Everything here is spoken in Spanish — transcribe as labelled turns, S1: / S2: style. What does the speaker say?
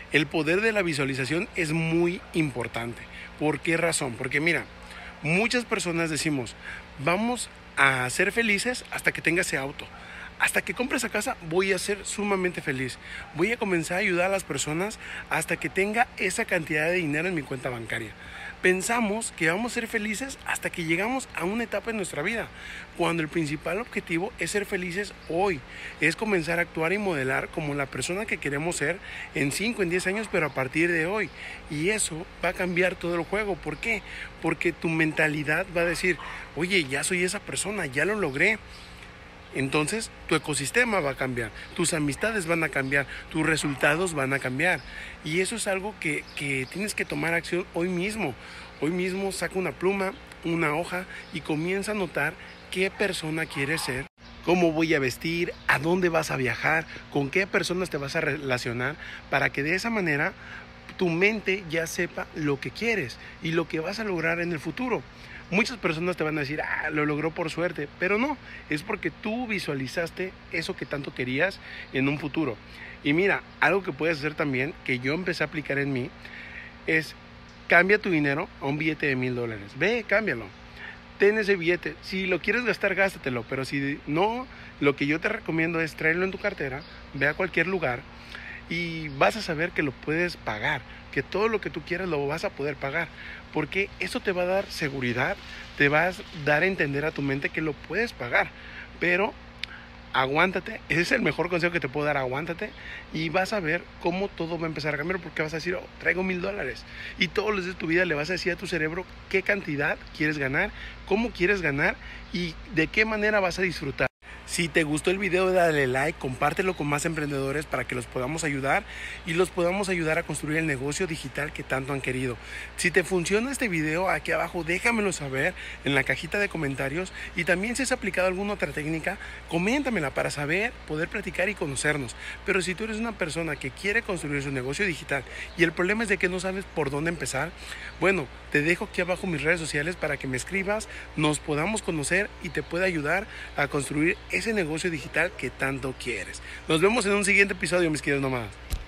S1: El poder de la visualización es muy importante. ¿Por qué razón? Porque mira, muchas personas decimos, vamos a ser felices hasta que tenga ese auto. Hasta que compre esa casa voy a ser sumamente feliz. Voy a comenzar a ayudar a las personas hasta que tenga esa cantidad de dinero en mi cuenta bancaria. Pensamos que vamos a ser felices hasta que llegamos a una etapa en nuestra vida, cuando el principal objetivo es ser felices hoy, es comenzar a actuar y modelar como la persona que queremos ser en 5, en 10 años, pero a partir de hoy. Y eso va a cambiar todo el juego. ¿Por qué? Porque tu mentalidad va a decir, oye, ya soy esa persona, ya lo logré. Entonces tu ecosistema va a cambiar, tus amistades van a cambiar, tus resultados van a cambiar. Y eso es algo que tienes que tomar acción hoy mismo. Hoy mismo saca una pluma, una hoja y comienza a notar qué persona quieres ser, cómo voy a vestir, a dónde vas a viajar, con qué personas te vas a relacionar, para que de esa manera tu mente ya sepa lo que quieres y lo que vas a lograr en el futuro. Muchas personas te van a decir, lo logró por suerte, pero no, es porque tú visualizaste eso que tanto querías en un futuro. Y mira, algo que puedes hacer también, que yo empecé a aplicar en mí, es cambia tu dinero a un billete de $1000. Ve, cámbialo. Ten ese billete. Si lo quieres gastar, gástatelo, pero si no, lo que yo te recomiendo es traerlo en tu cartera, ve a cualquier lugar y vas a saber que lo puedes pagar, que todo lo que tú quieras lo vas a poder pagar, porque eso te va a dar seguridad, te va a dar a entender a tu mente que lo puedes pagar, pero aguántate. Ese es el mejor consejo que te puedo dar, aguántate y vas a ver cómo todo va a empezar a cambiar, porque vas a decir, traigo $1000 y todos los días de tu vida le vas a decir a tu cerebro qué cantidad quieres ganar, cómo quieres ganar y de qué manera vas a disfrutar. Si te gustó el video, dale like, compártelo con más emprendedores para que los podamos ayudar y los podamos ayudar a construir el negocio digital que tanto han querido. Si te funciona este video, aquí abajo déjamelo saber en la cajita de comentarios, y también si has aplicado alguna otra técnica, coméntamela para saber, poder platicar y conocernos. Pero si tú eres una persona que quiere construir su negocio digital y el problema es de que no sabes por dónde empezar, bueno, te dejo aquí abajo mis redes sociales para que me escribas, nos podamos conocer y te pueda ayudar a construir ese negocio digital que tanto quieres. Nos vemos en un siguiente episodio, mis queridos nómadas.